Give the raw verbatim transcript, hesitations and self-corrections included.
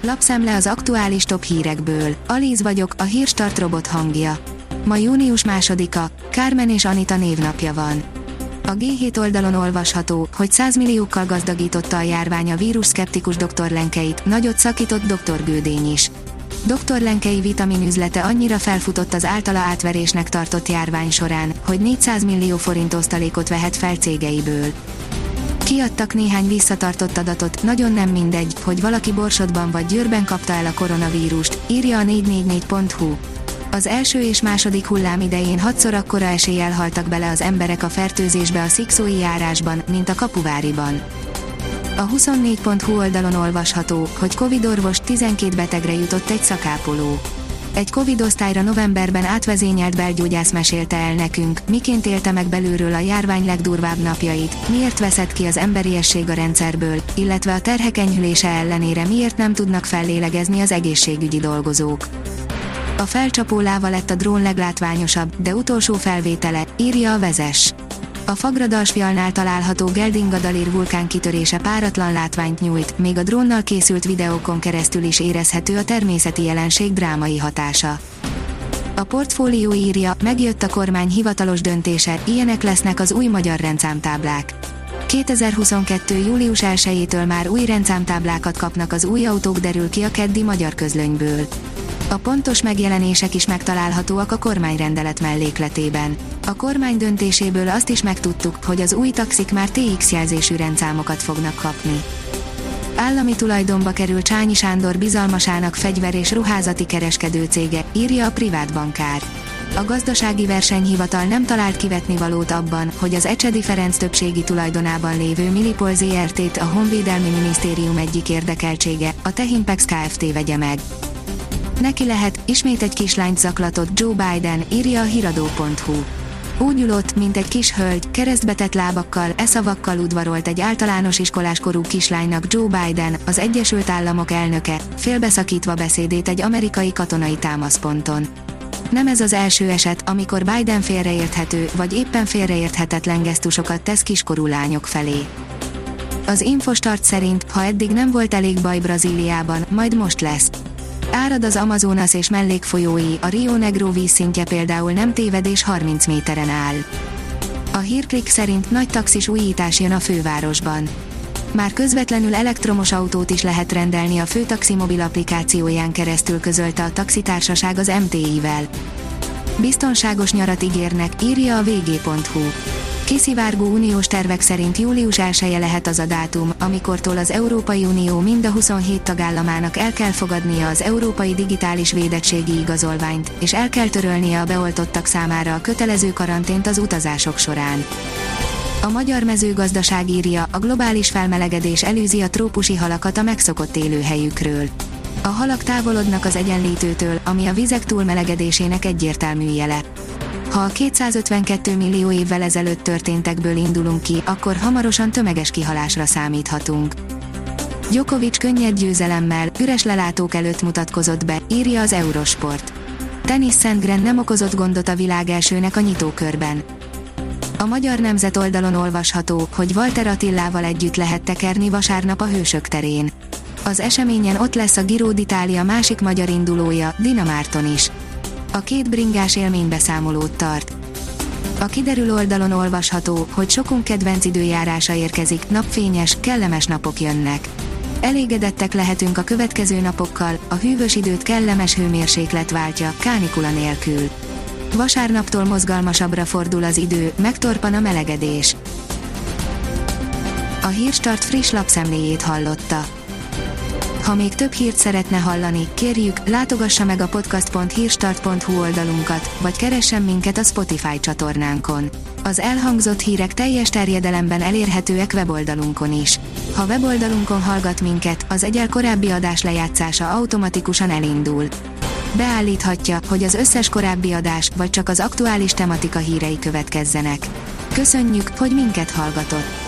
Lapszemle az aktuális top hírekből. Alíz vagyok, a Hírstart robot hangja. Ma június másodika, Carmen és Anita névnapja van. A gé hét oldalon olvasható, hogy százmilliókkal gazdagította a járvány a vírusszkeptikus doktor Lenkeit, nagyot szakított doktor Gődény is. doktor Lenkei vitaminüzlete annyira felfutott az általa átverésnek tartott járvány során, hogy négyszáz millió forint osztalékot vehet fel cégeiből. Kiadtak néhány visszatartott adatot, nagyon nem mindegy, hogy valaki Borsodban vagy Győrben kapta el a koronavírust, írja a négy négy négy pont hu. Az első és második hullám idején hatszor akkora eséllyel haltak bele az emberek a fertőzésbe a szikszói járásban, mint a Kapuváriban. A huszonnégy pont hu oldalon olvasható, hogy Covid orvos tizenkét betegre jutott egy szakápoló. Egy Covid osztályra novemberben átvezényelt belgyógyász mesélte el nekünk, miként élte meg belülről a járvány legdurvább napjait, miért veszett ki az emberiesség a rendszerből, illetve a terhek enyhülése ellenére miért nem tudnak fellélegezni az egészségügyi dolgozók. A felcsapó láva lett a drón leglátványosabb, de utolsó felvétele, írja a Vezess. A Fagradalsfjalnál található Geldingadalir vulkán kitörése páratlan látványt nyújt, még a drónnal készült videókon keresztül is érezhető a természeti jelenség drámai hatása. A Portfólió írja, megjött a kormány hivatalos döntése, ilyenek lesznek az új magyar rendszámtáblák. kétezer-huszonkettő. július elsejétől már új rendszámtáblákat kapnak az új autók, derül ki a keddi Magyar Közlönyből. A pontos megjelenések is megtalálhatóak a kormányrendelet mellékletében. A kormány döntéséből azt is megtudtuk, hogy az új taxik már té iksz jelzésű rendszámokat fognak kapni. Állami tulajdonba kerül Csányi Sándor bizalmasának fegyver- és ruházati kereskedő cége, írja a Privát Bankár. A gazdasági versenyhivatal nem talált kivetnivalót abban, hogy az Ecsedi Ferenc többségi tulajdonában lévő Milipol zé er té-t a Honvédelmi Minisztérium egyik érdekeltsége, a Techimpex Kft. Vegye meg. Neki lehet, ismét egy kislányt zaklatott Joe Biden, írja a hiradó pont hu. Úgy ülött, mint egy kis hölgy, keresztbetett lábakkal, e szavakkal udvarolt egy általános iskoláskorú kislánynak Joe Biden, az Egyesült Államok elnöke, félbeszakítva beszédét egy amerikai katonai támaszponton. Nem ez az első eset, amikor Biden félreérthető, vagy éppen félreérthetetlen gesztusokat tesz kiskorú lányok felé. Az Infostart szerint, ha eddig nem volt elég baj Brazíliában, majd most lesz. Árad az Amazonas és mellékfolyói, a Rio Negro vízszintje például nem téved és harminc méteren áll. A Hírklik szerint nagy taxis újítás jön a fővárosban. Már közvetlenül elektromos autót is lehet rendelni a Főtaxi mobil applikációján keresztül, közölte a taxitársaság az em té i-vel. Biztonságos nyarat ígérnek, írja a vé gé pont hu. Kiszivárgó uniós tervek szerint július elseje lehet az a dátum, amikortól az Európai Unió mind a huszonhét tagállamának el kell fogadnia az Európai Digitális Védettségi Igazolványt, és el kell törölnie a beoltottak számára a kötelező karantént az utazások során. A Magyar Mezőgazdaság írja, a globális felmelegedés elűzi a trópusi halakat a megszokott élőhelyükről. A halak távolodnak az egyenlítőtől, ami a vizek túlmelegedésének egyértelmű jele. Ha a kétszázötvenkettő millió évvel ezelőtt történtekből indulunk ki, akkor hamarosan tömeges kihalásra számíthatunk. Djokovic könnyed győzelemmel, üres lelátók előtt mutatkozott be, írja az Eurosport. Denis Sandgren nem okozott gondot a világelsőnek a nyitókörben. A Magyar Nemzet oldalon olvasható, hogy Walter Attilával együtt lehet tekerni vasárnap a Hősök terén. Az eseményen ott lesz a Giro d'Italia másik magyar indulója, Dina Márton is. A két bringás élménybeszámolót tart. A Kiderül oldalon olvasható, hogy sokunk kedvenc időjárása érkezik, napfényes, kellemes napok jönnek. Elégedettek lehetünk a következő napokkal, a hűvös időt kellemes hőmérséklet váltja, kánikula nélkül. Vasárnaptól mozgalmasabbra fordul az idő, megtorpan a melegedés. A Hírstart friss lapszemléjét hallotta. Ha még több hírt szeretne hallani, kérjük, látogassa meg a podcast pont hírstart pont hu oldalunkat, vagy keressen minket a Spotify csatornánkon. Az elhangzott hírek teljes terjedelemben elérhetőek weboldalunkon is. Ha weboldalunkon hallgat minket, az egyel korábbi adás lejátszása automatikusan elindul. Beállíthatja, hogy az összes korábbi adás, vagy csak az aktuális tematika hírei következzenek. Köszönjük, hogy minket hallgatott!